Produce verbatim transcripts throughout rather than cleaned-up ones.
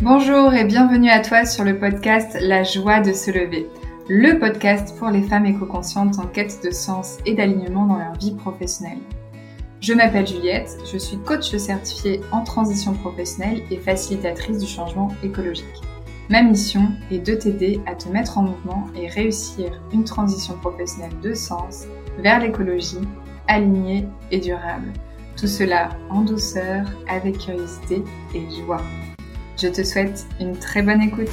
Bonjour et bienvenue à toi sur le podcast La joie de se lever, le podcast pour les femmes éco-conscientes en quête de sens et d'alignement dans leur vie professionnelle. Je m'appelle Juliette, je suis coach certifiée en transition professionnelle et facilitatrice du changement écologique. Ma mission est de t'aider à te mettre en mouvement et réussir une transition professionnelle de sens vers l'écologie, alignée et durable. Tout cela en douceur, avec curiosité et joie. Je te souhaite une très bonne écoute.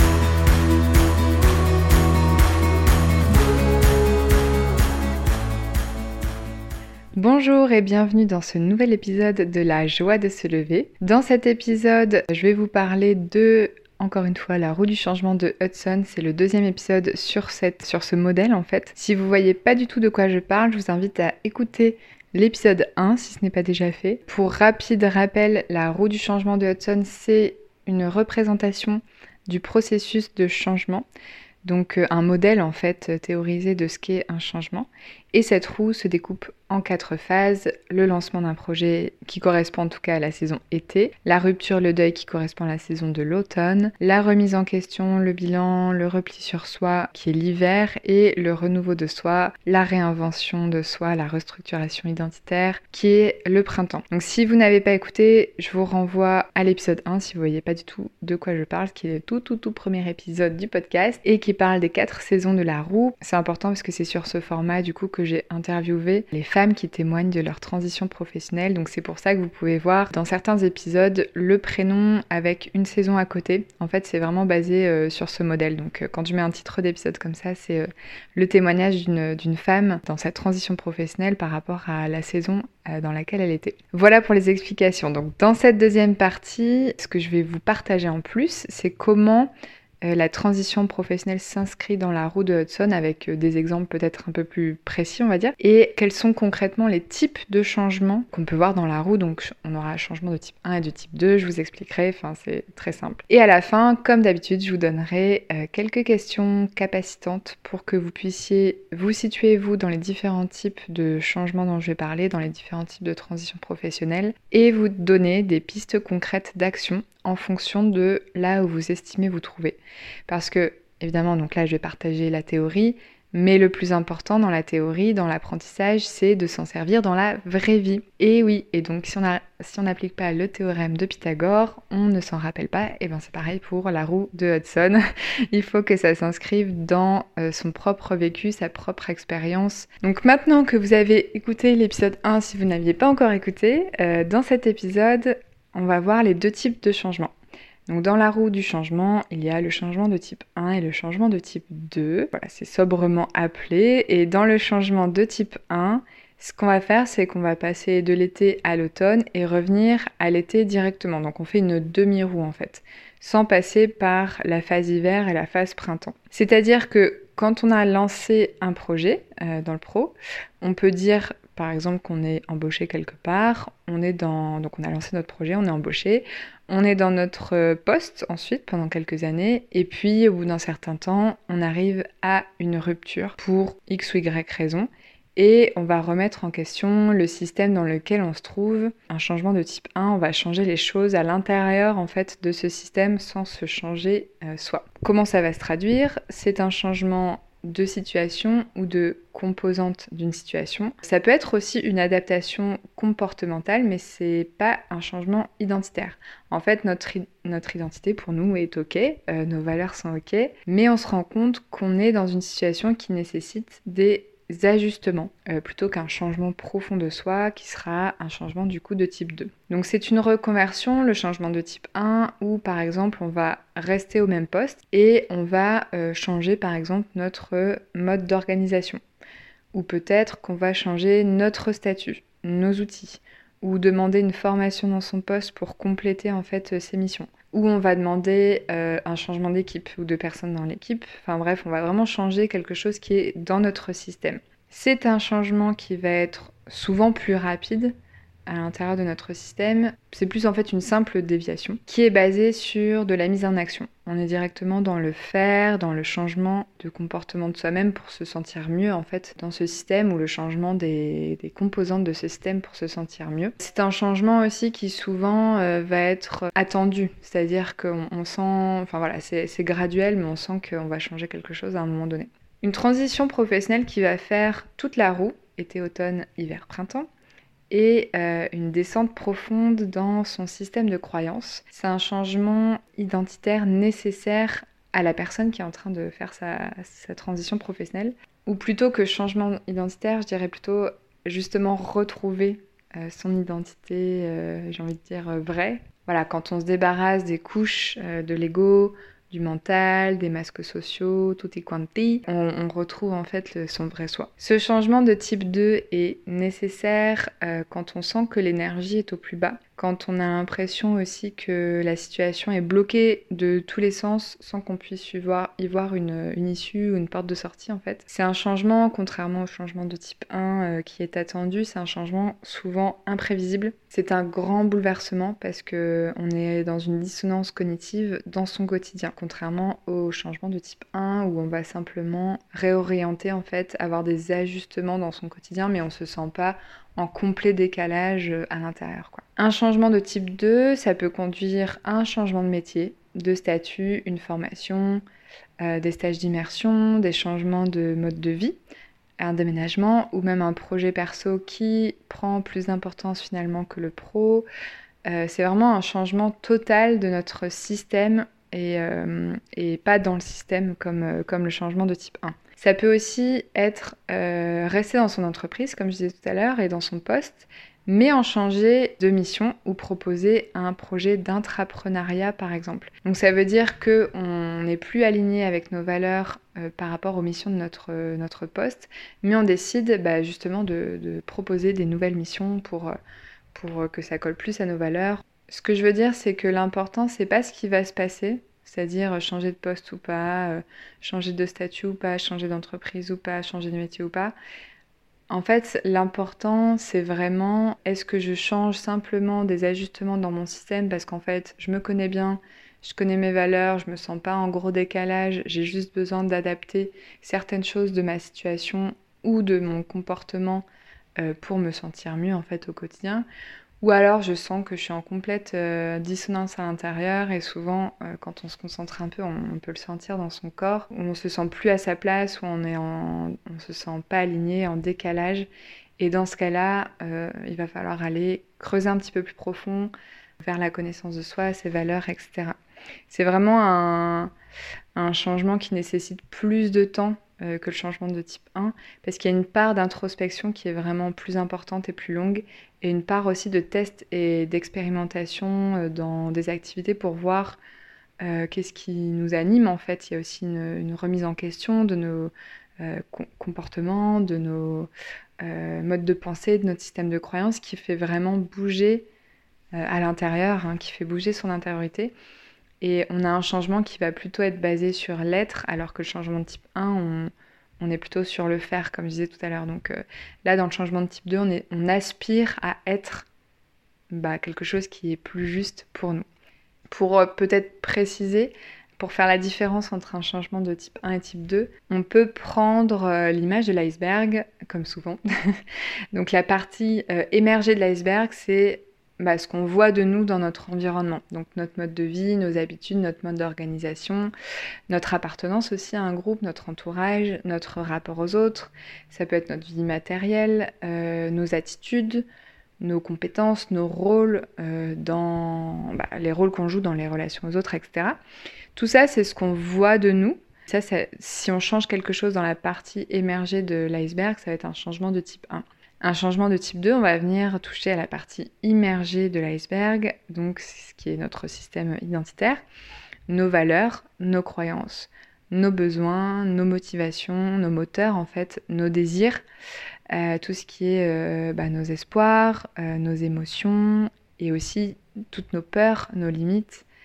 Bonjour et bienvenue dans ce nouvel épisode de La joie de se lever. Dans cet épisode, je vais vous parler de, encore une fois, la roue du changement de Hudson. C'est le deuxième épisode sur, cette, sur ce modèle en fait. Si vous ne voyez pas du tout de quoi je parle, je vous invite à écouter l'épisode un si ce n'est pas déjà fait. Pour rapide rappel, la roue du changement de Hudson, c'est une représentation du processus de changement, donc euh, un modèle en fait théorisé de ce qu'est un changement. Et cette roue se découpe en quatre phases: le lancement d'un projet qui correspond en tout cas à la saison été, la rupture, le deuil qui correspond à la saison de l'automne, la remise en question, le bilan, le repli sur soi qui est l'hiver et le renouveau de soi, la réinvention de soi, la restructuration identitaire qui est le printemps. Donc si vous n'avez pas écouté, je vous renvoie à l'épisode un si vous voyez pas du tout de quoi je parle, qui est le tout tout tout premier épisode du podcast et qui parle des quatre saisons de la roue. C'est important parce que c'est sur ce format du coup que j'ai interviewé les femmes qui témoignent de leur transition professionnelle. Donc c'est pour ça que vous pouvez voir dans certains épisodes le prénom avec une saison à côté. En fait, c'est vraiment basé euh, sur ce modèle. Donc euh, quand je mets un titre d'épisode comme ça, c'est euh, le témoignage d'une, d'une femme dans sa transition professionnelle par rapport à la saison euh, dans laquelle elle était. Voilà pour les explications. Donc dans cette deuxième partie, ce que je vais vous partager en plus, c'est comment Euh, la transition professionnelle s'inscrit dans la roue de Hudson avec euh, des exemples peut-être un peu plus précis, on va dire, et quels sont concrètement les types de changements qu'on peut voir dans la roue. Donc on aura un changement de type un et de type deux, je vous expliquerai, enfin c'est très simple. Et à la fin, comme d'habitude, je vous donnerai euh, quelques questions capacitantes pour que vous puissiez vous situer, vous, dans les différents types de changements dont je vais parler, dans les différents types de transition professionnelle, et vous donner des pistes concrètes d'action en fonction de là où vous estimez vous trouver. Parce que, évidemment, donc là je vais partager la théorie, mais le plus important dans la théorie, dans l'apprentissage, c'est de s'en servir dans la vraie vie. Et oui, et donc si on a, si on n'applique pas le théorème de Pythagore, on ne s'en rappelle pas, et bien c'est pareil pour la roue de Hudson. Il faut que ça s'inscrive dans euh, son propre vécu, sa propre expérience. Donc maintenant que vous avez écouté l'épisode un, si vous n'aviez pas encore écouté, euh, dans cet épisode, on va voir les deux types de changements. Donc dans la roue du changement, il y a le changement de type un et le changement de type deux. Voilà, c'est sobrement appelé. Et dans le changement de type un, ce qu'on va faire, c'est qu'on va passer de l'été à l'automne et revenir à l'été directement. Donc on fait une demi-roue en fait, sans passer par la phase hiver et la phase printemps. C'est-à-dire que quand on a lancé un projet euh, dans le pro, on peut dire par exemple qu'on est embauché quelque part, on est dans, donc on a lancé notre projet, on est embauché, on est dans notre poste ensuite pendant quelques années, et puis au bout d'un certain temps, on arrive à une rupture pour X ou Y raison, et on va remettre en question le système dans lequel on se trouve. Un changement de type un, on va changer les choses à l'intérieur en fait de ce système sans se changer euh, soi. Comment ça va se traduire ? C'est un changement de situation ou de composante d'une situation. Ça peut être aussi une adaptation comportementale, mais c'est pas un changement identitaire. En fait, notre, notre identité pour nous est ok, euh, nos valeurs sont ok, mais on se rend compte qu'on est dans une situation qui nécessite des ajustements, euh, plutôt qu'un changement profond de soi qui sera un changement du coup de type deux. Donc c'est une reconversion, le changement de type un, où par exemple on va rester au même poste et on va euh, changer par exemple notre mode d'organisation. Ou peut-être qu'on va changer notre statut, nos outils, ou demander une formation dans son poste pour compléter en fait ses missions. Ou on va demander euh, un changement d'équipe ou de personnes dans l'équipe. Enfin bref, on va vraiment changer quelque chose qui est dans notre système. C'est un changement qui va être souvent plus rapide, à l'intérieur de notre système, c'est plus en fait une simple déviation qui est basée sur de la mise en action. On est directement dans le faire, dans le changement de comportement de soi-même pour se sentir mieux en fait dans ce système, ou le changement des, des composantes de ce système pour se sentir mieux. C'est un changement aussi qui souvent euh, va être attendu, c'est-à-dire qu'on on sent, enfin voilà, c'est, c'est graduel, mais on sent qu'on va changer quelque chose à un moment donné. Une transition professionnelle qui va faire toute la roue, été, automne, hiver, printemps, et euh, une descente profonde dans son système de croyances. C'est un changement identitaire nécessaire à la personne qui est en train de faire sa, sa transition professionnelle. Ou plutôt que changement identitaire, je dirais plutôt justement retrouver euh, son identité, euh, j'ai envie de dire euh, vraie. Voilà, quand on se débarrasse des couches euh, de l'ego, du mental, des masques sociaux, tutti quanti, on, on retrouve en fait le, son vrai soi. Ce changement de type deux est nécessaire euh, quand on sent que l'énergie est au plus bas, quand on a l'impression aussi que la situation est bloquée de tous les sens sans qu'on puisse y voir, y voir une, une issue ou une porte de sortie en fait. C'est un changement, contrairement au changement de type un euh, qui est attendu, c'est un changement souvent imprévisible. C'est un grand bouleversement parce qu'on est dans une dissonance cognitive dans son quotidien, contrairement au changement de type un où on va simplement réorienter en fait, avoir des ajustements dans son quotidien, mais on se sent pas en complet décalage à l'intérieur, quoi. Un changement de type deux, ça peut conduire à un changement de métier, de statut, une formation, euh, des stages d'immersion, des changements de mode de vie, un déménagement ou même un projet perso qui prend plus d'importance finalement que le pro. Euh, c'est vraiment un changement total de notre système et, euh, et pas dans le système comme, euh, comme le changement de type un. Ça peut aussi être euh, rester dans son entreprise, comme je disais tout à l'heure, et dans son poste, mais en changer de mission ou proposer un projet d'intrapreneuriat, par exemple. Donc ça veut dire qu'on n'est plus aligné avec nos valeurs euh, par rapport aux missions de notre, euh, notre poste, mais on décide bah, justement de, de proposer des nouvelles missions pour, pour que ça colle plus à nos valeurs. Ce que je veux dire, c'est que l'important, c'est pas ce qui va se passer, c'est-à-dire changer de poste ou pas, euh, changer de statut ou pas, changer d'entreprise ou pas, changer de métier ou pas. En fait, l'important, c'est vraiment, est-ce que je change simplement des ajustements dans mon système parce qu'en fait, je me connais bien, je connais mes valeurs, je me sens pas en gros décalage, j'ai juste besoin d'adapter certaines choses de ma situation ou de mon comportement euh, pour me sentir mieux en fait au quotidien. Ou alors je sens que je suis en complète euh, dissonance à l'intérieur, et souvent euh, quand on se concentre un peu, on, on peut le sentir dans son corps, où on se sent plus à sa place, où on est en, on se sent pas aligné, en décalage. Et dans ce cas-là, euh, il va falloir aller creuser un petit peu plus profond vers la connaissance de soi, ses valeurs, et cetera. C'est vraiment un, un changement qui nécessite plus de temps euh, que le changement de type un, parce qu'il y a une part d'introspection qui est vraiment plus importante et plus longue, et une part aussi de test et d'expérimentation euh, dans des activités pour voir euh, qu'est-ce qui nous anime en fait. Il y a aussi une, une remise en question de nos euh, com- comportements, de nos euh, modes de pensée, de notre système de croyance, qui fait vraiment bouger euh, à l'intérieur, hein, qui fait bouger son intériorité. Et on a un changement qui va plutôt être basé sur l'être, alors que le changement de type un, on, on est plutôt sur le faire, comme je disais tout à l'heure. Donc euh, là, dans le changement de type deux, on, est, on aspire à être bah, quelque chose qui est plus juste pour nous. Pour euh, peut-être préciser, pour faire la différence entre un changement de type un et type deux, on peut prendre euh, l'image de l'iceberg, comme souvent. Donc la partie euh, émergée de l'iceberg, c'est bah, ce qu'on voit de nous dans notre environnement. Donc notre mode de vie, nos habitudes, notre mode d'organisation, notre appartenance aussi à un groupe, notre entourage, notre rapport aux autres. Ça peut être notre vie matérielle, euh, nos attitudes, nos compétences, nos rôles, euh, dans bah, les rôles qu'on joue dans les relations aux autres, et cetera. Tout ça, c'est ce qu'on voit de nous. Ça, ça, si on change quelque chose dans la partie émergée de l'iceberg, ça va être un changement de type un. Un changement de type deux, on va venir toucher à la partie immergée de l'iceberg, donc ce qui est notre système identitaire, nos valeurs, nos croyances, nos besoins, nos motivations, nos moteurs en fait, nos désirs, euh, tout ce qui est euh, bah, nos espoirs, euh, nos émotions, et aussi toutes nos peurs, nos limites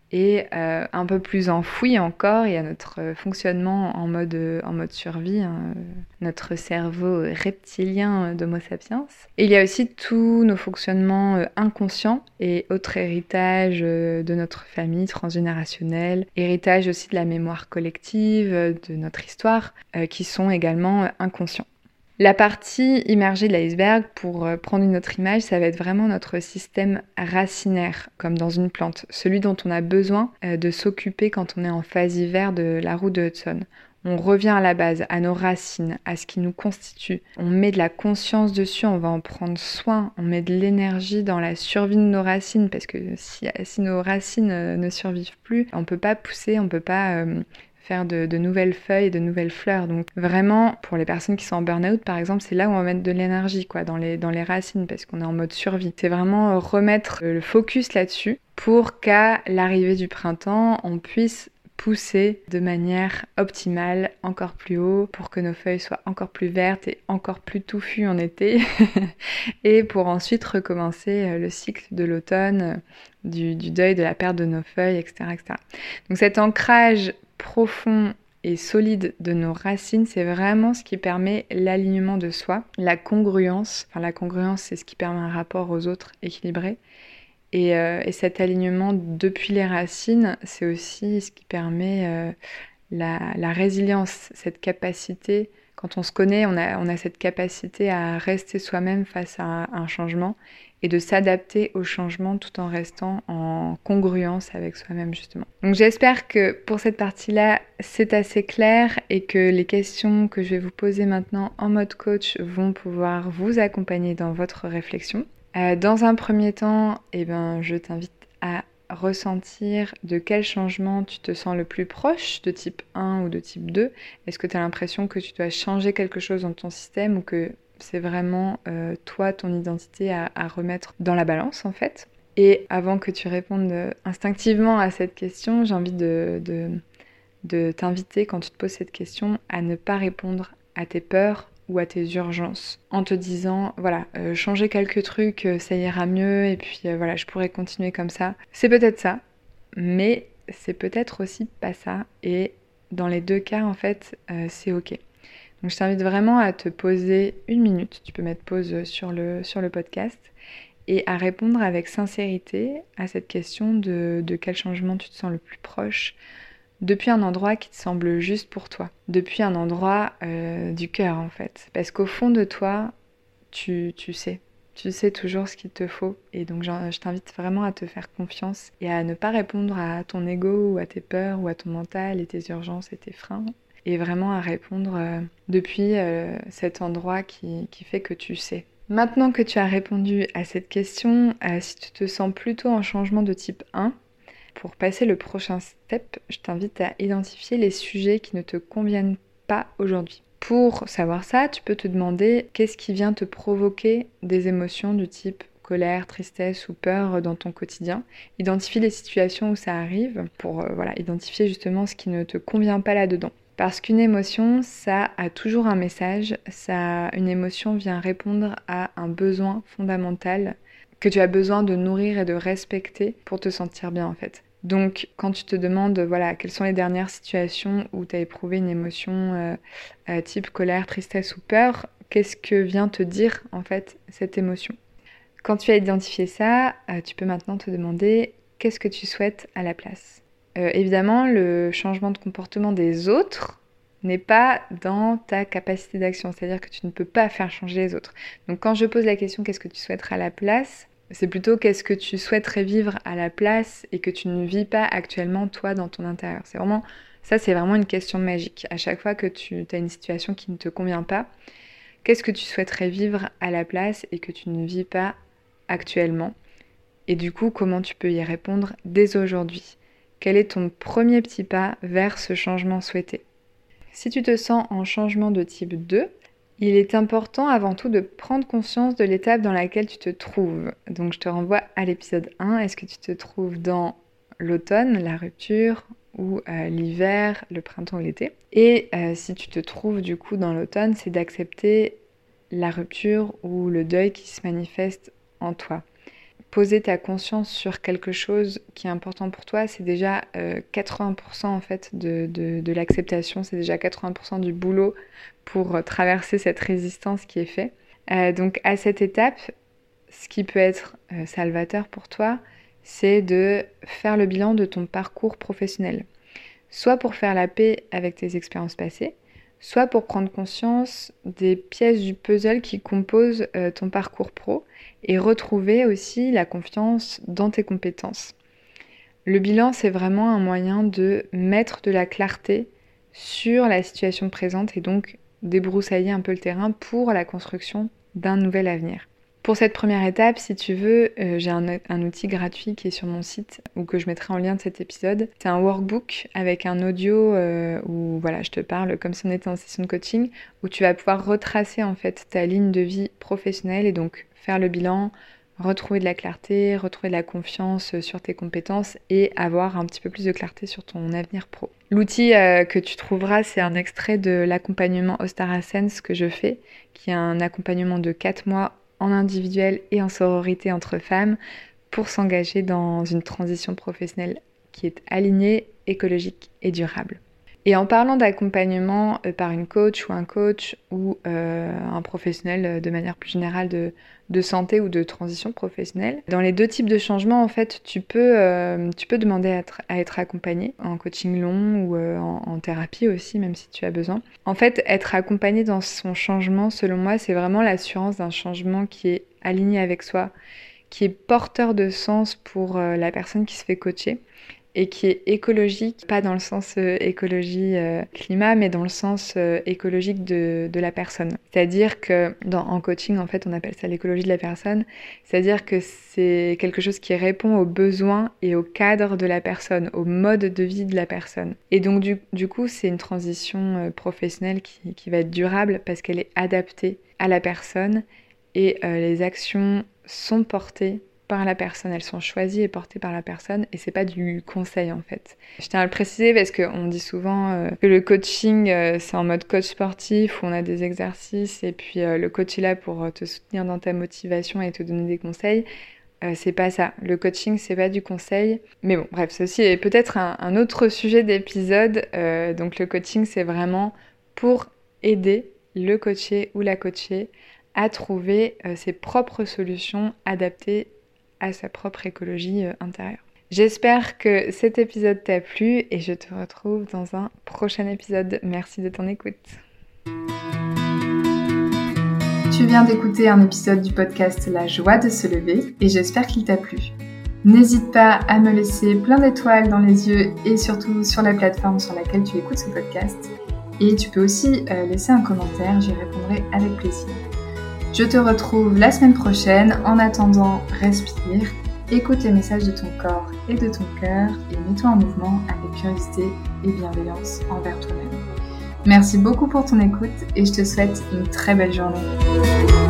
et euh, un peu plus enfoui encore, il y a notre fonctionnement en mode, en mode survie, hein, notre cerveau reptilien d'Homo sapiens. Et il y a aussi tous nos fonctionnements inconscients et autres héritages de notre famille transgénérationnelle, héritage aussi de la mémoire collective, de notre histoire, euh, qui sont également inconscients. La partie immergée de l'iceberg, pour prendre une autre image, ça va être vraiment notre système racinaire, comme dans une plante, celui dont on a besoin de s'occuper quand on est en phase hiver de la roue de Hudson. On revient à la base, à nos racines, à ce qui nous constitue. On met de la conscience dessus, on va en prendre soin, on met de l'énergie dans la survie de nos racines, parce que si, si nos racines ne survivent plus, on ne peut pas pousser, on ne peut pas... Euh, faire de, de nouvelles feuilles, de nouvelles fleurs. Donc vraiment, pour les personnes qui sont en burn-out, par exemple, c'est là où on va mettre de l'énergie, quoi, dans les, dans les racines, parce qu'on est en mode survie. C'est vraiment remettre le focus là-dessus pour qu'à l'arrivée du printemps, on puisse pousser de manière optimale, encore plus haut, pour que nos feuilles soient encore plus vertes et encore plus touffues en été, et pour ensuite recommencer le cycle de l'automne, du, du deuil de la perte de nos feuilles, et cetera, et cetera. Donc cet ancrage profond et solide de nos racines, c'est vraiment ce qui permet l'alignement de soi, la congruence. Enfin, la congruence, c'est ce qui permet un rapport aux autres équilibré. Et, euh, et cet alignement depuis les racines, c'est aussi ce qui permet euh, la, la résilience, cette capacité. Quand on se connaît, on a, on a cette capacité à rester soi-même face à un changement et de s'adapter au changement tout en restant en congruence avec soi-même, justement. Donc j'espère que pour cette partie-là, c'est assez clair et que les questions que je vais vous poser maintenant en mode coach vont pouvoir vous accompagner dans votre réflexion. Euh, dans un premier temps, eh ben, je t'invite à ressentir de quel changement tu te sens le plus proche, de type un ou de type deux. Est-ce que tu as l'impression que tu dois changer quelque chose dans ton système ou que c'est vraiment euh, toi, ton identité à, à remettre dans la balance en fait. Et avant que tu répondes instinctivement à cette question, j'ai envie de, de, de t'inviter, quand tu te poses cette question, à ne pas répondre à tes peurs ou à tes urgences, en te disant, voilà, euh, changer quelques trucs, euh, ça ira mieux, et puis euh, voilà, je pourrais continuer comme ça. C'est peut-être ça, mais c'est peut-être aussi pas ça, et dans les deux cas, en fait, euh, c'est ok. Donc je t'invite vraiment à te poser une minute, tu peux mettre pause sur le, sur le podcast, et à répondre avec sincérité à cette question de, de quel changement tu te sens le plus proche, depuis un endroit qui te semble juste pour toi, depuis un endroit euh, du cœur en fait. Parce qu'au fond de toi, tu, tu sais, tu sais toujours ce qu'il te faut. Et donc je t'invite vraiment à te faire confiance et à ne pas répondre à ton ego ou à tes peurs ou à ton mental et tes urgences et tes freins. Et vraiment à répondre euh, depuis euh, cet endroit qui, qui fait que tu sais. Maintenant que tu as répondu à cette question, euh, si tu te sens plutôt en changement de type un, pour passer le prochain step, je t'invite à identifier les sujets qui ne te conviennent pas aujourd'hui. Pour savoir ça, tu peux te demander qu'est-ce qui vient te provoquer des émotions du type colère, tristesse ou peur dans ton quotidien. Identifie les situations où ça arrive pour euh, voilà, identifier justement ce qui ne te convient pas là-dedans. Parce qu'une émotion, ça a toujours un message, ça, une émotion vient répondre à un besoin fondamental que tu as besoin de nourrir et de respecter pour te sentir bien en fait. Donc quand tu te demandes voilà, quelles sont les dernières situations où tu as éprouvé une émotion euh, euh, type colère, tristesse ou peur, qu'est-ce que vient te dire en fait cette émotion ? Quand tu as identifié ça, euh, tu peux maintenant te demander qu'est-ce que tu souhaites à la place ? Euh, évidemment, le changement de comportement des autres n'est pas dans ta capacité d'action, c'est-à-dire que tu ne peux pas faire changer les autres. Donc quand je pose la question qu'est-ce que tu souhaiterais à la place, c'est plutôt qu'est-ce que tu souhaiterais vivre à la place et que tu ne vis pas actuellement toi dans ton intérieur. C'est vraiment, ça c'est vraiment une question magique. À chaque fois que tu as une situation qui ne te convient pas, qu'est-ce que tu souhaiterais vivre à la place et que tu ne vis pas actuellement ? Et du coup, comment tu peux y répondre dès aujourd'hui ? Quel est ton premier petit pas vers ce changement souhaité ? Si tu te sens en changement de type deux, il est important avant tout de prendre conscience de l'étape dans laquelle tu te trouves. Donc je te renvoie à l'épisode un. Est-ce que tu te trouves dans l'automne, la rupture, ou euh, l'hiver, le printemps ou l'été ? Et euh, si tu te trouves du coup dans l'automne, c'est d'accepter la rupture ou le deuil qui se manifeste en toi. poser ta conscience sur quelque chose qui est important pour toi, c'est déjà euh, quatre-vingts pour cent en fait de, de, de l'acceptation, c'est déjà quatre-vingts pour cent du boulot pour euh, traverser cette résistance qui est faite. Euh, donc à cette étape, ce qui peut être euh, salvateur pour toi, c'est de faire le bilan de ton parcours professionnel. Soit pour faire la paix avec tes expériences passées, soit pour prendre conscience des pièces du puzzle qui composent euh, ton parcours pro et retrouver aussi la confiance dans tes compétences. Le bilan, c'est vraiment un moyen de mettre de la clarté sur la situation présente et donc débroussailler un peu le terrain pour la construction d'un nouvel avenir. Pour cette première étape, si tu veux, euh, j'ai un, un outil gratuit qui est sur mon site ou que je mettrai en lien de cet épisode. C'est un workbook avec un audio euh, où voilà, je te parle comme si on était en session de coaching, où tu vas pouvoir retracer en fait ta ligne de vie professionnelle et donc faire le bilan, retrouver de la clarté, retrouver de la confiance sur tes compétences et avoir un petit peu plus de clarté sur ton avenir pro. L'outil euh, que tu trouveras, c'est un extrait de l'accompagnement Ostara Ascens que je fais, qui est un accompagnement de quatre mois en individuel et en sororité entre femmes pour s'engager dans une transition professionnelle qui est alignée, écologique et durable. Et en parlant d'accompagnement euh, par une coach ou un coach ou euh, un professionnel euh, de manière plus générale de, de santé ou de transition professionnelle, dans les deux types de changements, en fait, tu peux, euh, tu peux demander à être, à être accompagné en coaching long ou euh, en, en thérapie aussi, même si tu as besoin. En fait, être accompagné dans son changement, selon moi, c'est vraiment l'assurance d'un changement qui est aligné avec soi, qui est porteur de sens pour euh, la personne qui se fait coacher, et qui est écologique, pas dans le sens euh, écologie euh, climat, mais dans le sens euh, écologique de, de la personne. C'est-à-dire que dans, en coaching, en fait, on appelle ça l'écologie de la personne, c'est-à-dire que c'est quelque chose qui répond aux besoins et au cadre de la personne, au mode de vie de la personne. Et donc du, du coup, c'est une transition euh, professionnelle qui, qui va être durable parce qu'elle est adaptée à la personne et euh, les actions sont portées par la personne, elles sont choisies et portées par la personne et c'est pas du conseil en fait. Je tiens à le préciser parce qu'on dit souvent euh, que le coaching euh, c'est en mode coach sportif où on a des exercices et puis euh, le coach est là pour te soutenir dans ta motivation et te donner des conseils. Euh, c'est pas ça. Le coaching c'est pas du conseil. Mais bon bref, ceci est peut-être un, un autre sujet d'épisode. Euh, donc le coaching c'est vraiment pour aider le coaché ou la coachée à trouver euh, ses propres solutions adaptées à sa propre écologie euh, intérieure. J'espère que cet épisode t'a plu et je te retrouve dans un prochain épisode. Merci de ton écoute. Tu viens d'écouter un épisode du podcast La joie de se lever et j'espère qu'il t'a plu. N'hésite pas à me laisser plein d'étoiles dans les yeux et surtout sur la plateforme sur laquelle tu écoutes ce podcast. Et tu peux aussi euh, laisser un commentaire, j'y répondrai avec plaisir. Je te retrouve la semaine prochaine. En attendant, respire, écoute les messages de ton corps et de ton cœur et mets-toi en mouvement avec curiosité et bienveillance envers toi-même. Merci beaucoup pour ton écoute et je te souhaite une très belle journée.